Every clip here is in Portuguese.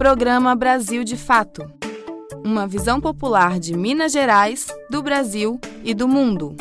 Programa Brasil de Fato. Uma visão popular de Minas Gerais, do Brasil e do mundo.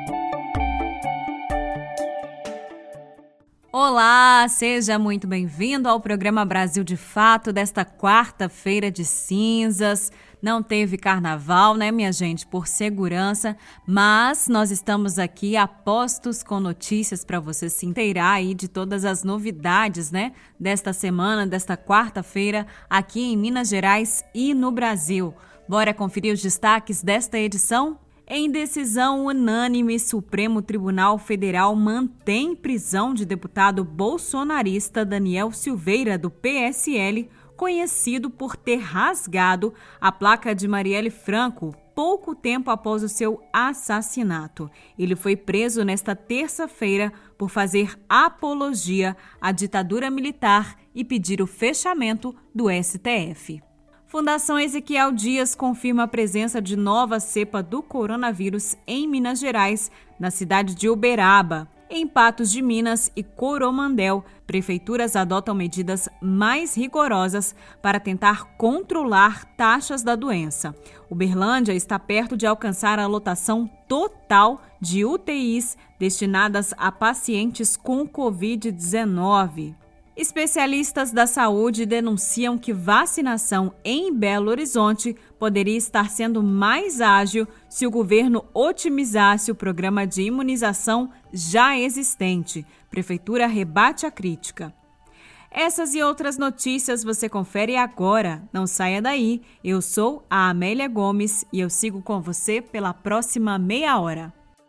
Olá, seja muito bem-vindo ao programa Brasil de Fato desta quarta-feira de cinzas. Não teve carnaval, né, minha gente, por segurança, mas nós estamos aqui a postos com notícias para você se inteirar aí de todas as novidades, né, desta semana, desta quarta-feira, aqui em Minas Gerais e no Brasil. Bora conferir os destaques desta edição? Em decisão unânime, Supremo Tribunal Federal mantém prisão de deputado bolsonarista Daniel Silveira, do PSL, conhecido por ter rasgado a placa de Marielle Franco pouco tempo após o seu assassinato. Ele foi preso nesta terça-feira por fazer apologia à ditadura militar e pedir o fechamento do STF. Fundação Ezequiel Dias confirma a presença de nova cepa do coronavírus em Minas Gerais, na cidade de Uberaba. Em Patos de Minas e Coromandel, prefeituras adotam medidas mais rigorosas para tentar controlar taxas da doença. Uberlândia está perto de alcançar a lotação total de UTIs destinadas a pacientes com Covid-19. Especialistas da saúde denunciam que vacinação em Belo Horizonte poderia estar sendo mais ágil se o governo otimizasse o programa de imunização já existente. Prefeitura rebate a crítica. Essas e outras notícias você confere agora. Não saia daí. Eu sou a Amélia Gomes e eu sigo com você pela próxima meia hora.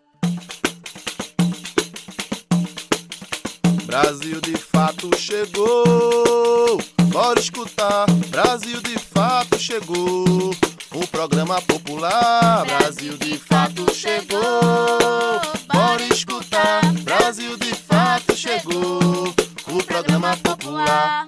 Brasil de fato chegou, bora escutar. Brasil de fato chegou, o programa popular. Brasil de fato chegou, bora escutar. Brasil de fato chegou, o programa popular.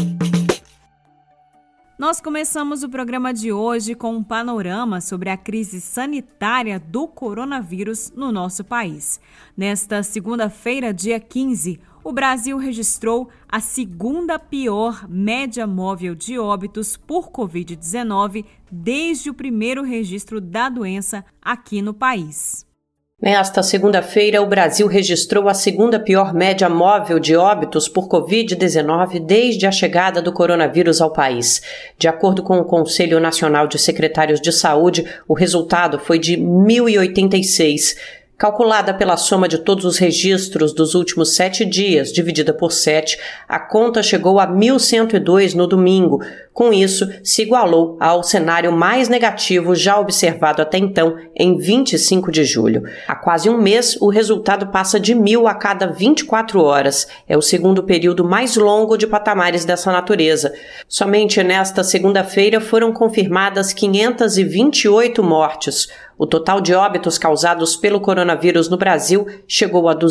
Nós começamos o programa de hoje com um panorama sobre a crise sanitária do coronavírus no nosso país. Nesta segunda-feira, dia 15, o Brasil registrou a segunda pior média móvel de óbitos por Covid-19 desde o primeiro registro da doença aqui no país. Nesta segunda-feira, o Brasil registrou a segunda pior média móvel de óbitos por Covid-19 desde a chegada do coronavírus ao país. De acordo com o Conselho Nacional de Secretários de Saúde, o resultado foi de 1.086. Calculada pela soma de todos os registros dos últimos 7 dias, dividida por 7, a conta chegou a 1.102 no domingo. Com isso, se igualou ao cenário mais negativo já observado até então, em 25 de julho. Há quase um mês, o resultado passa de 1.000 a cada 24 horas. É o segundo período mais longo de patamares dessa natureza. Somente nesta segunda-feira foram confirmadas 528 mortes. O total de óbitos causados pelo coronavírus no Brasil chegou a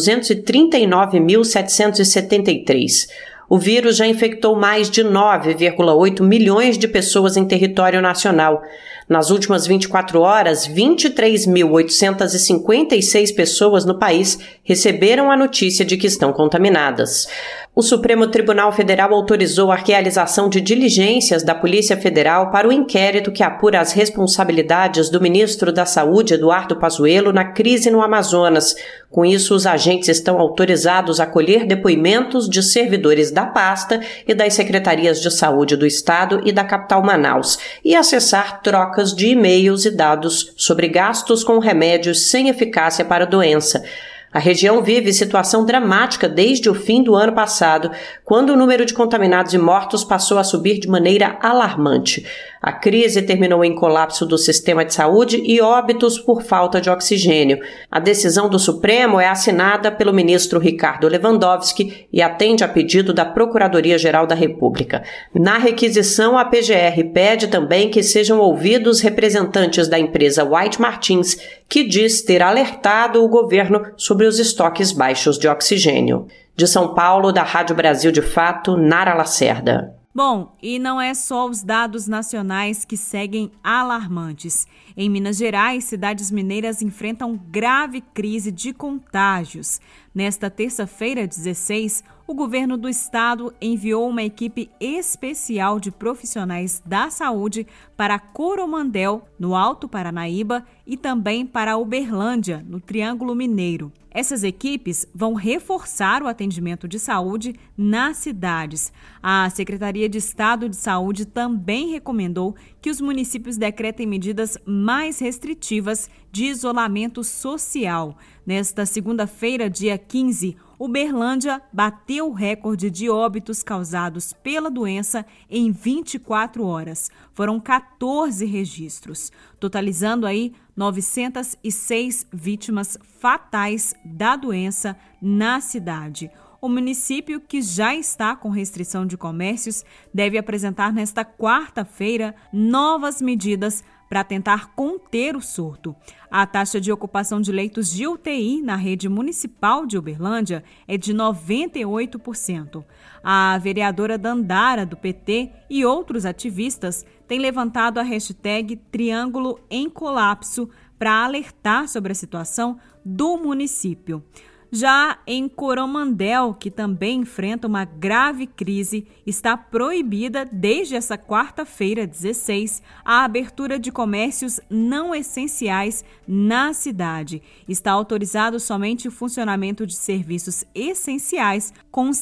239.773. O vírus já infectou mais de 9,8 milhões de pessoas em território nacional. Nas últimas 24 horas, 23.856 pessoas no país receberam a notícia de que estão contaminadas. O Supremo Tribunal Federal autorizou a realização de diligências da Polícia Federal para o inquérito que apura as responsabilidades do ministro da Saúde, Eduardo Pazuello, na crise no Amazonas. Com isso, os agentes estão autorizados a colher depoimentos de servidores da pasta e das secretarias de saúde do Estado e da capital Manaus e acessar trocas de e-mails e dados sobre gastos com remédios sem eficácia para a doença. A região vive situação dramática desde o fim do ano passado, quando o número de contaminados e mortos passou a subir de maneira alarmante. A crise terminou em colapso do sistema de saúde e óbitos por falta de oxigênio. A decisão do Supremo é assinada pelo ministro Ricardo Lewandowski e atende a pedido da Procuradoria-Geral da República. Na requisição, a PGR pede também que sejam ouvidos representantes da empresa White Martins, que diz ter alertado o governo sobre os estoques baixos de oxigênio. De São Paulo, da Rádio Brasil de Fato, Nara Lacerda. Bom, e não é só os dados nacionais que seguem alarmantes. Em Minas Gerais, cidades mineiras enfrentam grave crise de contágios. Nesta terça-feira, 16, o governo do estado enviou uma equipe especial de profissionais da saúde para Coromandel, no Alto Paranaíba, e também para Uberlândia, no Triângulo Mineiro. Essas equipes vão reforçar o atendimento de saúde nas cidades. A Secretaria de Estado de Saúde também recomendou que os municípios decretem medidas mais restritivas de isolamento social. Nesta segunda-feira, dia 15, Uberlândia bateu o recorde de óbitos causados pela doença em 24 horas. Foram 14 registros, totalizando aí 906 vítimas fatais da doença na cidade. O município, que já está com restrição de comércios, deve apresentar nesta quarta-feira novas medidas para tentar conter o surto. A taxa de ocupação de leitos de UTI na rede municipal de Uberlândia é de 98%. A vereadora Dandara, do PT, e outros ativistas têm levantado a hashtag Triângulo em Colapso para alertar sobre a situação do município. Já em Coromandel, que também enfrenta uma grave crise, está proibida desde essa quarta-feira, 16, a abertura de comércios não essenciais na cidade. Está autorizado somente o funcionamento de serviços essenciais, com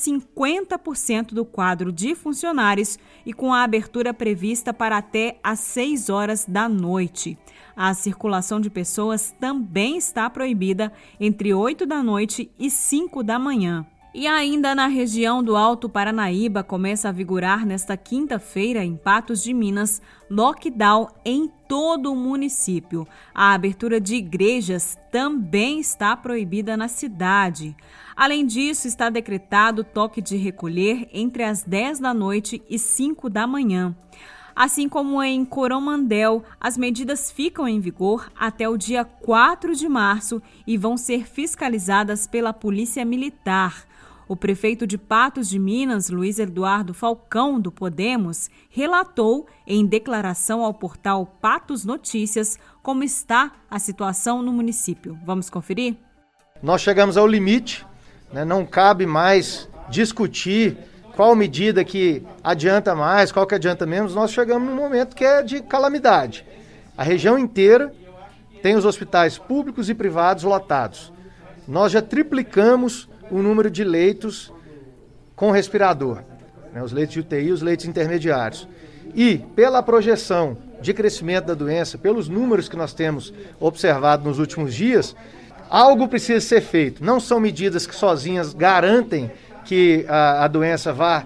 50% do quadro de funcionários e com a abertura prevista para até às 6 horas da noite. A circulação de pessoas também está proibida entre 8 da noite e 5 da manhã. E ainda na região do Alto Paranaíba, começa a vigorar nesta quinta-feira, em Patos de Minas, lockdown em todo o município. A abertura de igrejas também está proibida na cidade. Além disso, está decretado toque de recolher entre as 10 da noite e 5 da manhã. Assim como em Coromandel, as medidas ficam em vigor até o dia 4 de março e vão ser fiscalizadas pela Polícia Militar. O prefeito de Patos de Minas, Luiz Eduardo Falcão, do Podemos, relatou em declaração ao portal Patos Notícias como está a situação no município. Vamos conferir? Nós chegamos ao limite, né? Não cabe mais discutir qual medida que adianta mais, qual que adianta menos. Nós chegamos num momento que é de calamidade. A região inteira tem os hospitais públicos e privados lotados. Nós já triplicamos o número de leitos com respirador, né? Os leitos de UTI, os leitos intermediários. E pela projeção de crescimento da doença, pelos números que nós temos observado nos últimos dias, algo precisa ser feito. Não são medidas que sozinhas garantem que a doença vá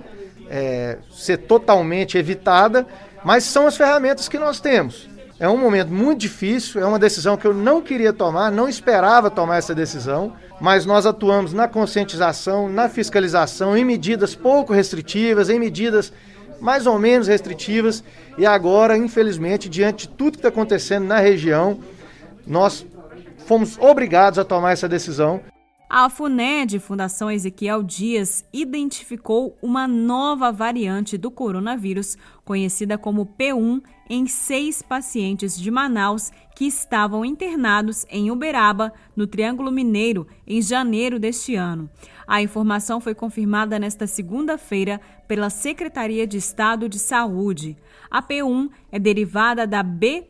ser totalmente evitada, mas são as ferramentas que nós temos. É um momento muito difícil, é uma decisão que eu não queria tomar, não esperava tomar essa decisão, mas nós atuamos na conscientização, na fiscalização, em medidas pouco restritivas, em medidas mais ou menos restritivas, e agora, infelizmente, diante de tudo que está acontecendo na região, nós fomos obrigados a tomar essa decisão. A FUNED, Fundação Ezequiel Dias, identificou uma nova variante do coronavírus, conhecida como P1, em 6 pacientes de Manaus que estavam internados em Uberaba, no Triângulo Mineiro, em janeiro deste ano. A informação foi confirmada nesta segunda-feira pela Secretaria de Estado de Saúde. A P1 é derivada da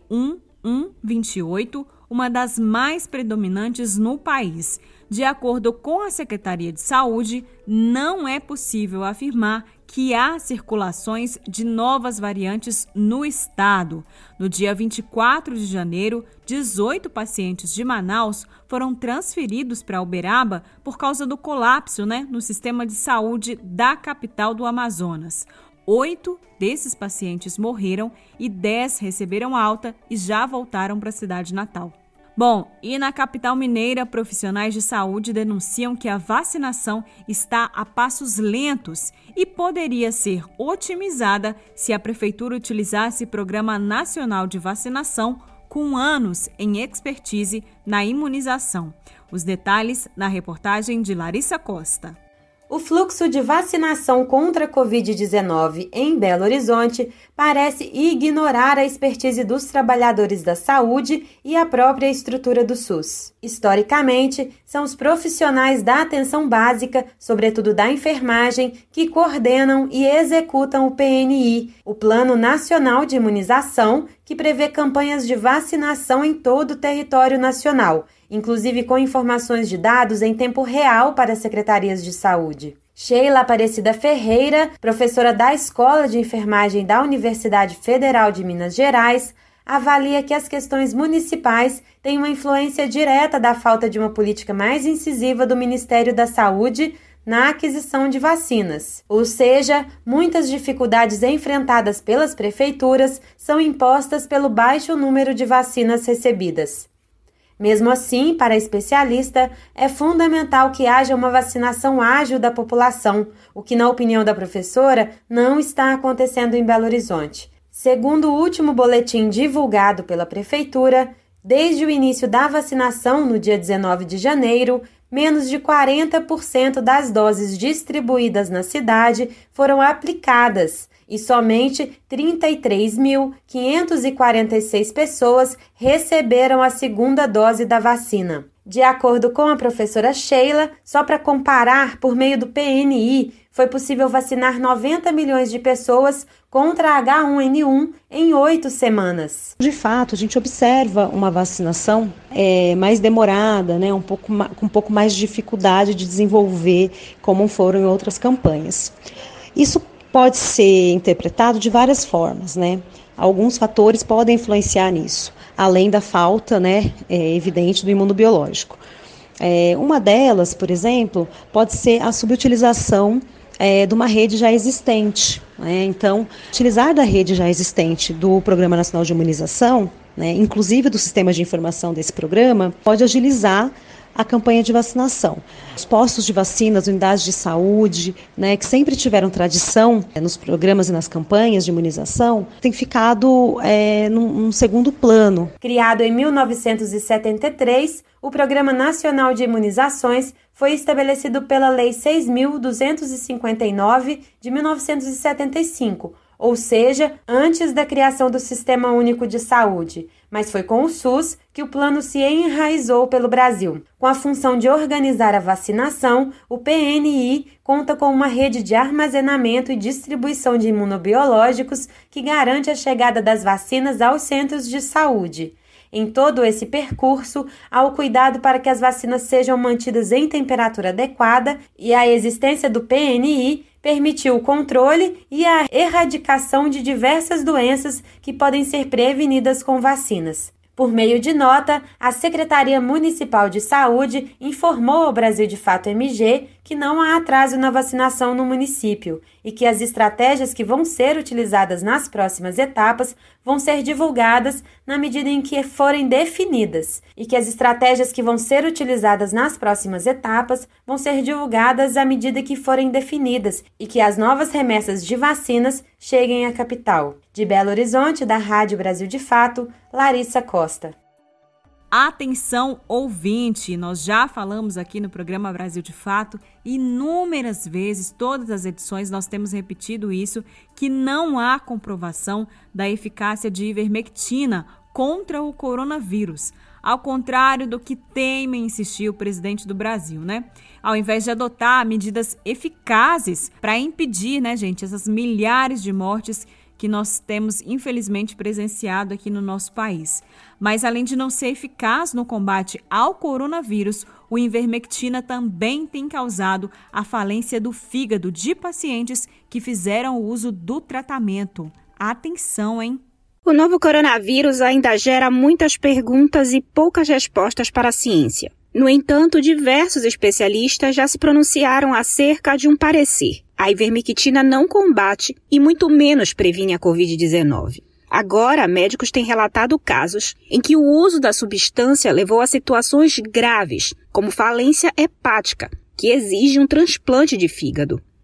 B1128, uma das mais predominantes no país. De acordo com a Secretaria de Saúde, não é possível afirmar que há circulações de novas variantes no estado. No dia 24 de janeiro, 18 pacientes de Manaus foram transferidos para Uberaba por causa do colapso, no sistema de saúde da capital do Amazonas. 8 desses pacientes morreram e 10 receberam alta e já voltaram para a cidade natal. Bom, e na capital mineira, profissionais de saúde denunciam que a vacinação está a passos lentos e poderia ser otimizada se a prefeitura utilizasse Programa Nacional de Vacinação com anos em expertise na imunização. Os detalhes na reportagem de Larissa Costa. O fluxo de vacinação contra a Covid-19 em Belo Horizonte parece ignorar a expertise dos trabalhadores da saúde e a própria estrutura do SUS. Historicamente, são os profissionais da atenção básica, sobretudo da enfermagem, que coordenam e executam o PNI, o Plano Nacional de Imunização, que prevê campanhas de vacinação em todo o território nacional, inclusive com informações de dados em tempo real para as secretarias de saúde. Sheila Aparecida Ferreira, professora da Escola de Enfermagem da Universidade Federal de Minas Gerais, avalia que as questões municipais têm uma influência direta da falta de uma política mais incisiva do Ministério da Saúde na aquisição de vacinas. Ou seja, muitas dificuldades enfrentadas pelas prefeituras são impostas pelo baixo número de vacinas recebidas. Mesmo assim, para a especialista, é fundamental que haja uma vacinação ágil da população, o que, na opinião da professora, não está acontecendo em Belo Horizonte. Segundo o último boletim divulgado pela Prefeitura, desde o início da vacinação, no dia 19 de janeiro, menos de 40% das doses distribuídas na cidade foram aplicadas e somente 33.546 pessoas receberam a segunda dose da vacina. De acordo com a professora Sheila, só para comparar, por meio do PNI, foi possível vacinar 90 milhões de pessoas contra a H1N1 em 8 semanas. De fato, a gente observa uma vacinação mais demorada, né, com um pouco mais de dificuldade de desenvolver, como foram em outras campanhas. Isso pode ser interpretado de várias formas, né? Alguns fatores podem influenciar nisso, além da falta, né, evidente do imunobiológico. Uma delas, por exemplo, pode ser a subutilização de uma rede já existente, né? Então, utilizar da rede já existente do Programa Nacional de Imunização, né, inclusive do sistema de informação desse programa, pode agilizar a campanha de vacinação. Os postos de vacina, as unidades de saúde, né, que sempre tiveram tradição nos programas e nas campanhas de imunização, têm ficado num segundo plano. Criado em 1973, o Programa Nacional de Imunizações foi estabelecido pela Lei 6.259 de 1975, ou seja, antes da criação do Sistema Único de Saúde, mas foi com o SUS que o plano se enraizou pelo Brasil. Com a função de organizar a vacinação, o PNI conta com uma rede de armazenamento e distribuição de imunobiológicos que garante a chegada das vacinas aos centros de saúde. Em todo esse percurso, há o cuidado para que as vacinas sejam mantidas em temperatura adequada e a existência do PNI permitiu o controle e a erradicação de diversas doenças que podem ser prevenidas com vacinas. Por meio de nota, a Secretaria Municipal de Saúde informou ao Brasil de Fato MG que não há atraso na vacinação no município e que as estratégias que vão ser utilizadas nas próximas etapas vão ser divulgadas na medida em que forem definidas e que as estratégias que vão ser utilizadas nas próximas etapas vão ser divulgadas à medida que forem definidas e que as novas remessas de vacinas cheguem à capital. De Belo Horizonte, da Rádio Brasil de Fato, Larissa Costa. Atenção, ouvinte! Nós já falamos aqui no programa Brasil de Fato inúmeras vezes, todas as edições nós temos repetido isso, que não há comprovação da eficácia de ivermectina contra o coronavírus. Ao contrário do que teima insistir o presidente do Brasil, né? Ao invés de adotar medidas eficazes para impedir, né, gente, essas milhares de mortes que nós temos, infelizmente, presenciado aqui no nosso país. Mas, além de não ser eficaz no combate ao coronavírus, o ivermectina também tem causado a falência do fígado de pacientes que fizeram uso do tratamento. Atenção, hein? O novo coronavírus ainda gera muitas perguntas e poucas respostas para a ciência. No entanto, diversos especialistas já se pronunciaram acerca de um parecer. A ivermectina não combate e muito menos previne a Covid-19. Agora, médicos têm relatado casos em que o uso da substância levou a situações graves, como falência hepática, que exige um transplante de fígado.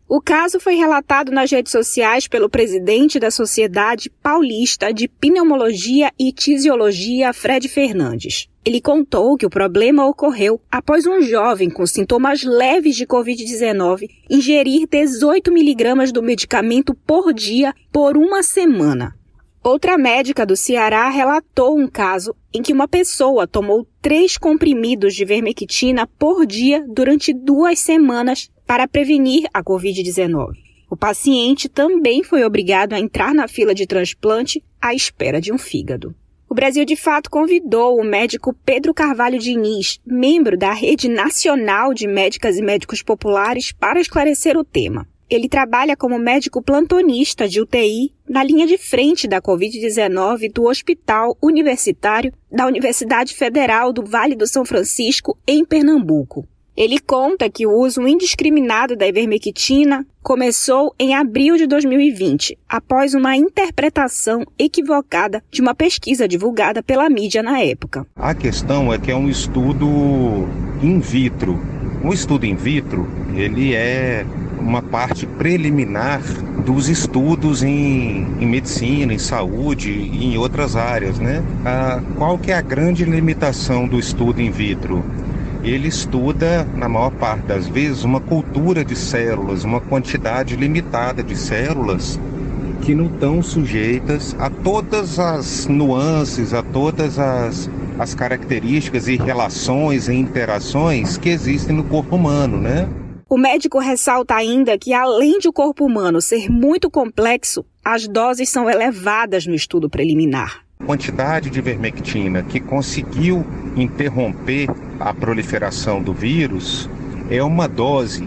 O caso foi relatado nas redes sociais pelo presidente da Sociedade Paulista de Pneumologia e Tisiologia, Fred Fernandes. Ele contou que o problema ocorreu após um jovem com sintomas leves de Covid-19 ingerir 18 miligramas do medicamento por dia por uma semana. Outra médica do Ceará relatou um caso em que uma pessoa tomou 3 comprimidos de ivermectina por dia durante 2 semanas para prevenir a Covid-19. O paciente também foi obrigado a entrar na fila de transplante à espera de um fígado. O Brasil de Fato convidou o médico Pedro Carvalho Diniz, membro da Rede Nacional de Médicas e Médicos Populares, para esclarecer o tema. Ele trabalha como médico plantonista de UTI na linha de frente da Covid-19 do Hospital Universitário da Universidade Federal do Vale do São Francisco, em Pernambuco. Ele conta que o uso indiscriminado da ivermectina começou em abril de 2020, após uma interpretação equivocada de uma pesquisa divulgada pela mídia na época. A questão é que é um estudo in vitro. O estudo in vitro, ele é uma parte preliminar dos estudos em medicina, em saúde e em outras áreas, né? Qual que é a grande limitação do estudo in vitro? Ele estuda, na maior parte das vezes, uma cultura de células, uma quantidade limitada de células que não estão sujeitas a todas as nuances, a todas as características e relações e interações que existem no corpo humano, né? O médico ressalta ainda que, além de o corpo humano ser muito complexo, as doses são elevadas no estudo preliminar. A quantidade de ivermectina que conseguiu interromper a proliferação do vírus é uma dose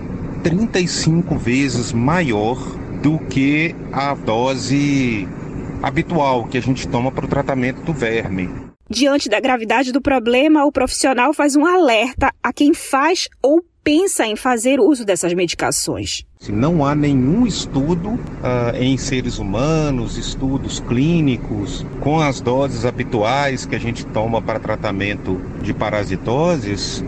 35 vezes maior do que a dose habitual que a gente toma para o tratamento do verme. Diante da gravidade do problema, o profissional faz um alerta a quem faz ou pensa em fazer uso dessas medicações. Não há nenhum estudo em seres humanos, estudos clínicos, com as doses habituais que a gente toma para tratamento de parasitoses,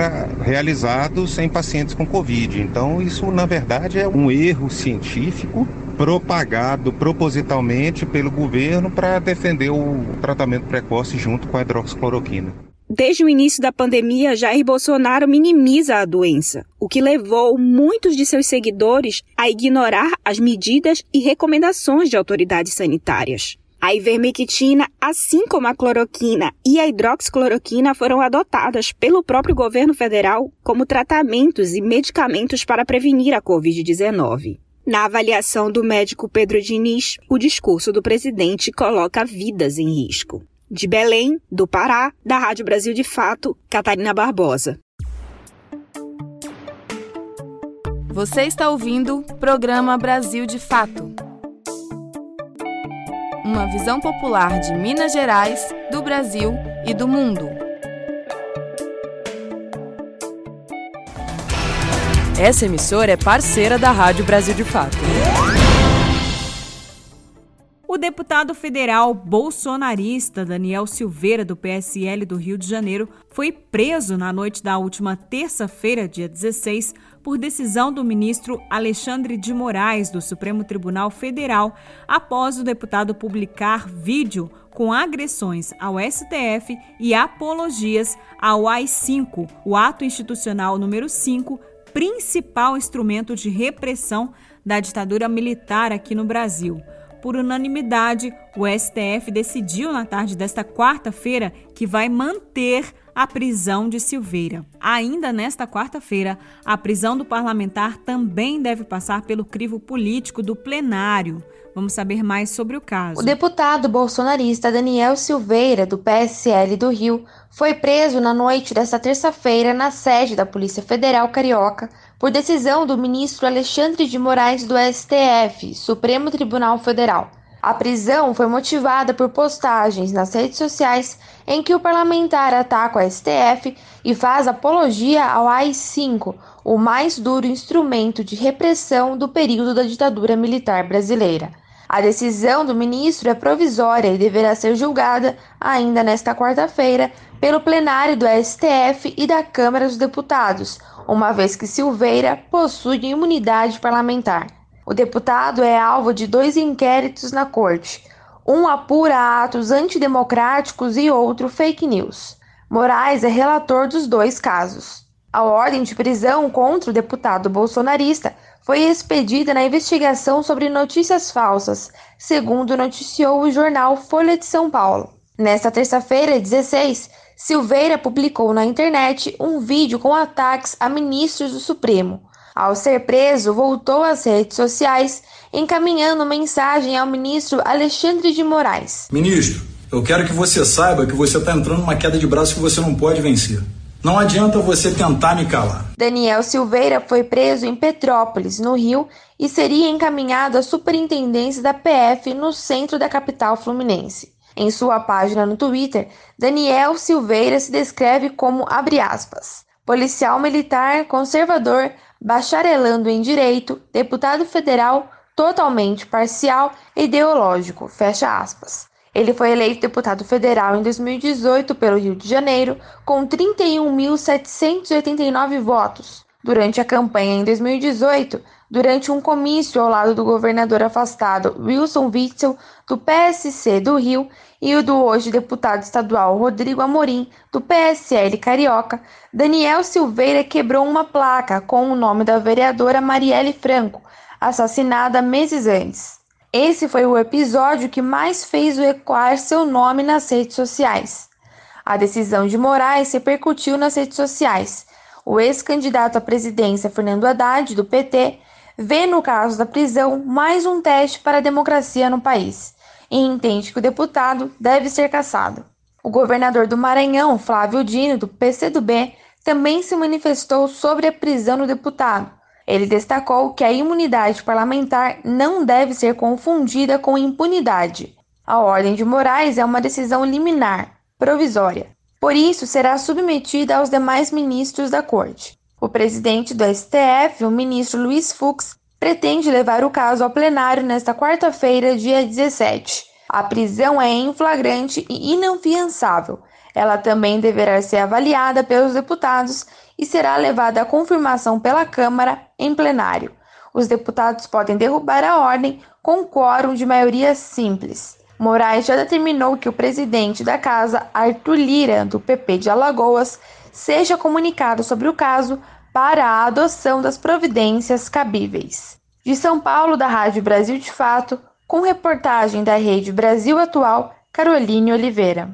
realizados em pacientes com Covid. Então, isso, na verdade, é um erro científico propagado propositalmente pelo governo para defender o tratamento precoce junto com a hidroxicloroquina. Desde o início da pandemia, Jair Bolsonaro minimiza a doença, o que levou muitos de seus seguidores a ignorar as medidas e recomendações de autoridades sanitárias. A ivermectina, assim como a cloroquina e a hidroxicloroquina, foram adotadas pelo próprio governo federal como tratamentos e medicamentos para prevenir a Covid-19. Na avaliação do médico Pedro Diniz, o discurso do presidente coloca vidas em risco. De Belém, do Pará, da Rádio Brasil de Fato, Catarina Barbosa. Você está ouvindo o programa Brasil de Fato. Uma visão popular de Minas Gerais, do Brasil e do mundo. Essa emissora é parceira da Rádio Brasil de Fato. O deputado federal bolsonarista Daniel Silveira, do PSL do Rio de Janeiro, foi preso na noite da última terça-feira, dia 16, por decisão do ministro Alexandre de Moraes, do Supremo Tribunal Federal, após o deputado publicar vídeo com agressões ao STF e apologias ao AI-5, o ato institucional número 5, principal instrumento de repressão da ditadura militar aqui no Brasil. Por unanimidade, o STF decidiu na tarde desta quarta-feira que vai manter a prisão de Silveira. Ainda nesta quarta-feira, a prisão do parlamentar também deve passar pelo crivo político do plenário. Vamos saber mais sobre o caso. O deputado bolsonarista Daniel Silveira, do PSL do Rio, foi preso na noite desta terça-feira na sede da Polícia Federal Carioca por decisão do ministro Alexandre de Moraes do STF, Supremo Tribunal Federal. A prisão foi motivada por postagens nas redes sociais em que o parlamentar ataca o STF e faz apologia ao AI-5, o mais duro instrumento de repressão do período da ditadura militar brasileira. A decisão do ministro é provisória e deverá ser julgada ainda nesta quarta-feira pelo plenário do STF e da Câmara dos Deputados, uma vez que Silveira possui imunidade parlamentar. O deputado é alvo de 2 inquéritos na corte. Um apura atos antidemocráticos e outro fake news. Moraes é relator dos 2 casos. A ordem de prisão contra o deputado bolsonarista foi expedida na investigação sobre notícias falsas, segundo noticiou o jornal Folha de São Paulo. Nesta terça-feira, 16, Silveira publicou na internet um vídeo com ataques a ministros do Supremo. Ao ser preso, voltou às redes sociais, encaminhando mensagem ao ministro Alexandre de Moraes. Ministro, eu quero que você saiba que você está entrando numa queda de braço que você não pode vencer. Não adianta você tentar me calar. Daniel Silveira foi preso em Petrópolis, no Rio, e seria encaminhado à superintendência da PF no centro da capital fluminense. Em sua página no Twitter, Daniel Silveira se descreve como, abre aspas, policial militar, conservador, bacharelando em direito, deputado federal, totalmente parcial e ideológico, fecha aspas. Ele foi eleito deputado federal em 2018 pelo Rio de Janeiro, com 31.789 votos. Durante a campanha em 2018, durante um comício ao lado do governador afastado Wilson Witzel, do PSC do Rio, e o do hoje deputado estadual Rodrigo Amorim, do PSL Carioca, Daniel Silveira quebrou uma placa com o nome da vereadora Marielle Franco, assassinada meses antes. Esse foi o episódio que mais fez ecoar seu nome nas redes sociais. A decisão de Moraes repercutiu nas redes sociais. O ex-candidato à presidência Fernando Haddad, do PT, vê no caso da prisão mais um teste para a democracia no país e entende que o deputado deve ser cassado. O governador do Maranhão, Flávio Dino, do PCdoB, também se manifestou sobre a prisão do deputado. Ele destacou que a imunidade parlamentar não deve ser confundida com impunidade. A ordem de Moraes é uma decisão liminar, provisória. Por isso, será submetida aos demais ministros da Corte. O presidente do STF, o ministro Luiz Fux, pretende levar o caso ao plenário nesta quarta-feira, dia 17. A prisão é em flagrante e inafiançável. Ela também deverá ser avaliada pelos deputados e será levada à confirmação pela Câmara em plenário. Os deputados podem derrubar a ordem com quórum de maioria simples. Moraes já determinou que o presidente da casa, Arthur Lira, do PP de Alagoas, seja comunicado sobre o caso para a adoção das providências cabíveis. De São Paulo, da Rádio Brasil de Fato, com reportagem da Rede Brasil Atual, Caroline Oliveira.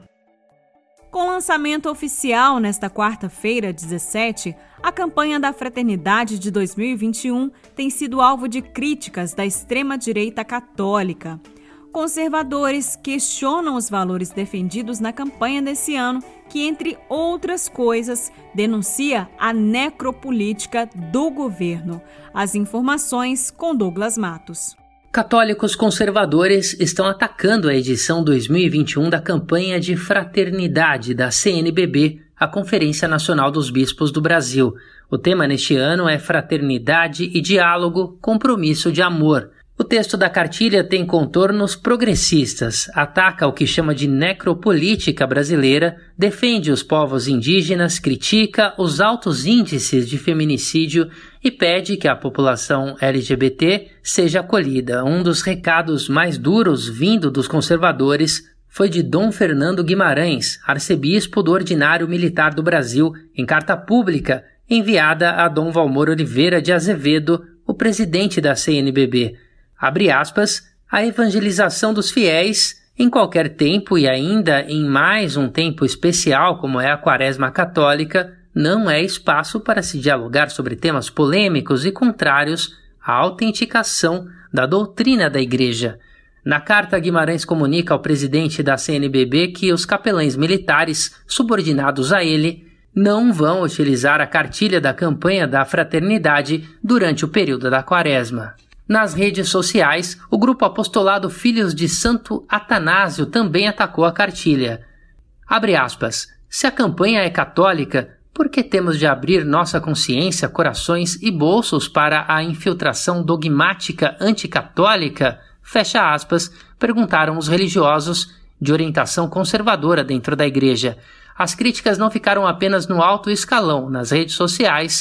Com lançamento oficial nesta quarta-feira, 17, a campanha da Fraternidade de 2021 tem sido alvo de críticas da extrema-direita católica. Conservadores questionam os valores defendidos na campanha desse ano, que, entre outras coisas, denuncia a necropolítica do governo. As informações com Douglas Matos. Católicos conservadores estão atacando a edição 2021 da campanha de fraternidade da CNBB, a Conferência Nacional dos Bispos do Brasil. O tema neste ano é Fraternidade e Diálogo, Compromisso de Amor. O texto da cartilha tem contornos progressistas, ataca o que chama de necropolítica brasileira, defende os povos indígenas, critica os altos índices de feminicídio e pede que a população LGBT seja acolhida. Um dos recados mais duros vindo dos conservadores foi de Dom Fernando Guimarães, arcebispo do Ordinário Militar do Brasil, em carta pública enviada a Dom Valmor Oliveira de Azevedo, o presidente da CNBB. Abre aspas, a evangelização dos fiéis, em qualquer tempo e ainda em mais um tempo especial como é a Quaresma Católica, não é espaço para se dialogar sobre temas polêmicos e contrários à autenticação da doutrina da Igreja. Na carta, Guimarães comunica ao presidente da CNBB que os capelães militares subordinados a ele não vão utilizar a cartilha da campanha da fraternidade durante o período da Quaresma. Nas redes sociais, o grupo apostolado Filhos de Santo Atanásio também atacou a cartilha. Abre aspas, se a campanha é católica, por que temos de abrir nossa consciência, corações e bolsos para a infiltração dogmática anticatólica? Fecha aspas, perguntaram os religiosos de orientação conservadora dentro da igreja. As críticas não ficaram apenas no alto escalão, nas redes sociais.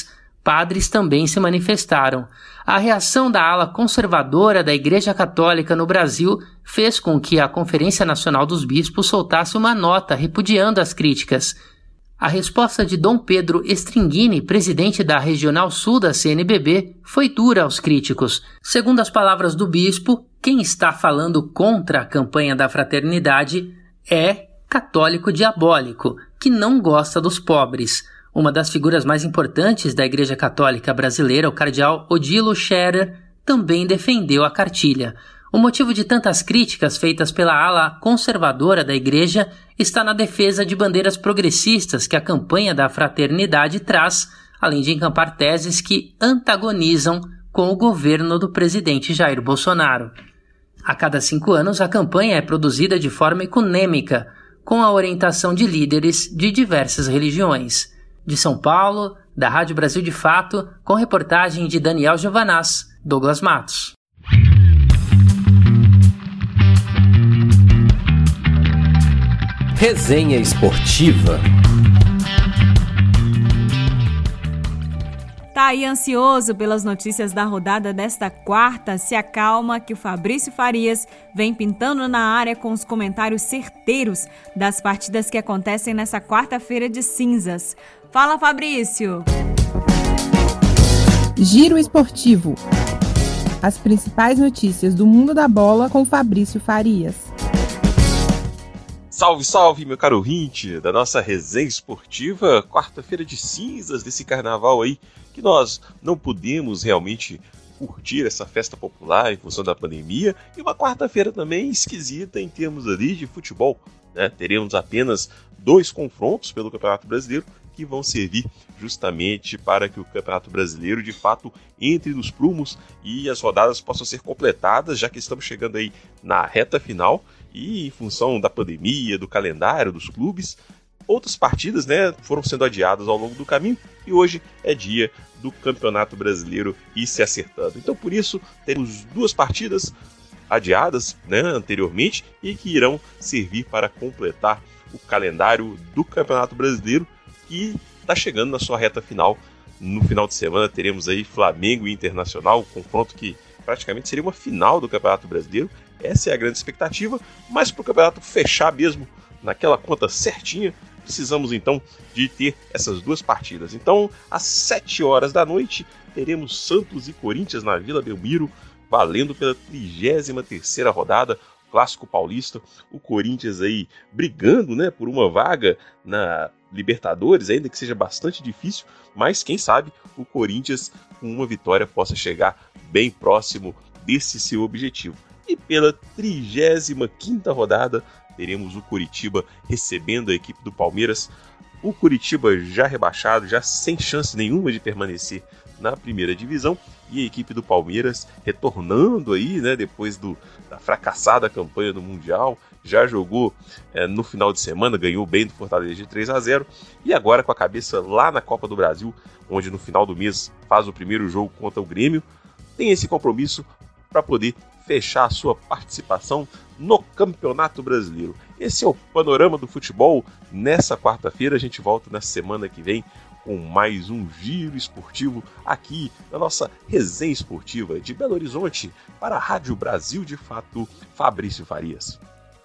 Padres também se manifestaram. A reação da ala conservadora da Igreja Católica no Brasil fez com que a Conferência Nacional dos Bispos soltasse uma nota repudiando as críticas. A resposta de Dom Pedro Stringini, presidente da Regional Sul da CNBB, foi dura aos críticos. Segundo as palavras do bispo, quem está falando contra a campanha da fraternidade é católico diabólico, que não gosta dos pobres. Uma das figuras mais importantes da Igreja Católica brasileira, o cardeal Odilo Scherer, também defendeu a cartilha. O motivo de tantas críticas feitas pela ala conservadora da Igreja está na defesa de bandeiras progressistas que a campanha da fraternidade traz, além de encampar teses que antagonizam com o governo do presidente Jair Bolsonaro. A cada 5 anos, a campanha é produzida de forma econômica, com a orientação de líderes de diversas religiões. De São Paulo, da Rádio Brasil de Fato, com reportagem de Daniel Giovanaz, Douglas Matos. Resenha Esportiva. Tá aí ansioso pelas notícias da rodada desta quarta? Se acalma que o Fabrício Farias vem pintando na área com os comentários certeiros das partidas que acontecem nessa quarta-feira de cinzas. Fala, Fabrício! Giro Esportivo. As principais notícias do mundo da bola com Fabrício Farias. Salve, salve, meu caro ouvinte da nossa resenha esportiva, quarta-feira de cinzas desse carnaval aí, que nós não pudemos realmente curtir essa festa popular em função da pandemia, e uma quarta-feira também esquisita em termos ali de futebol, né? Teremos apenas 2 confrontos pelo Campeonato Brasileiro, que vão servir justamente para que o Campeonato Brasileiro, de fato, entre nos prumos e as rodadas possam ser completadas, já que estamos chegando aí na reta final e em função da pandemia, do calendário dos clubes, outras partidas, né, foram sendo adiadas ao longo do caminho e hoje é dia do Campeonato Brasileiro ir se acertando. Então, por isso, temos 2 partidas adiadas, né, anteriormente e que irão servir para completar o calendário do Campeonato Brasileiro, que está chegando na sua reta final. No final de semana teremos aí Flamengo e Internacional, um confronto que praticamente seria uma final do Campeonato Brasileiro. Essa é a grande expectativa, mas para o campeonato fechar mesmo naquela conta certinha, precisamos então de ter essas 2 partidas. Então, às 7 horas da noite, teremos Santos e Corinthians na Vila Belmiro, valendo pela 33ª rodada, Clássico Paulista, o Corinthians aí brigando, né, por uma vaga na Libertadores, ainda que seja bastante difícil, mas quem sabe o Corinthians com uma vitória possa chegar bem próximo desse seu objetivo. E pela 35ª rodada teremos o Coritiba recebendo a equipe do Palmeiras, o Coritiba já rebaixado, já sem chance nenhuma de permanecer na primeira divisão, e a equipe do Palmeiras retornando aí, né, depois da fracassada campanha do Mundial, já jogou no final de semana, ganhou bem do Fortaleza de 3-0, e agora com a cabeça lá na Copa do Brasil, onde no final do mês faz o primeiro jogo contra o Grêmio, tem esse compromisso para poder fechar a sua participação no Campeonato Brasileiro. Esse é o panorama do futebol. Nessa quarta-feira, a gente volta na semana que vem com mais um giro esportivo aqui na nossa resenha esportiva de Belo Horizonte para a Rádio Brasil de Fato, Fabrício Farias.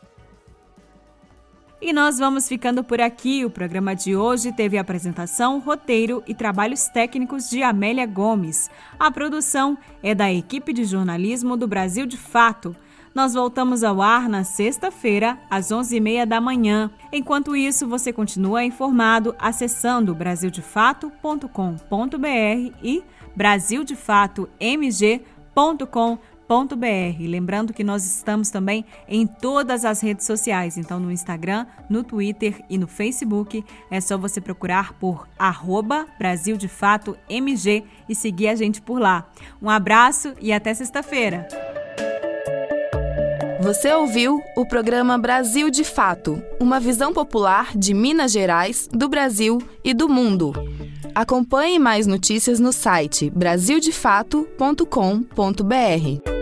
E nós vamos ficando por aqui. O programa de hoje teve apresentação, roteiro e trabalhos técnicos de Amélia Gomes. A produção é da equipe de jornalismo do Brasil de Fato. Nós voltamos ao ar na sexta-feira, às 11h30 da manhã. Enquanto isso, você continua informado acessando brasildefato.com.br e brasildefatomg.com.br. Lembrando que nós estamos também em todas as redes sociais, então no Instagram, no Twitter e no Facebook. É só você procurar por @BrasilDeFatoMG e seguir a gente por lá. Um abraço e até sexta-feira. Você ouviu o programa Brasil de Fato, uma visão popular de Minas Gerais, do Brasil e do mundo. Acompanhe mais notícias no site brasildefato.com.br.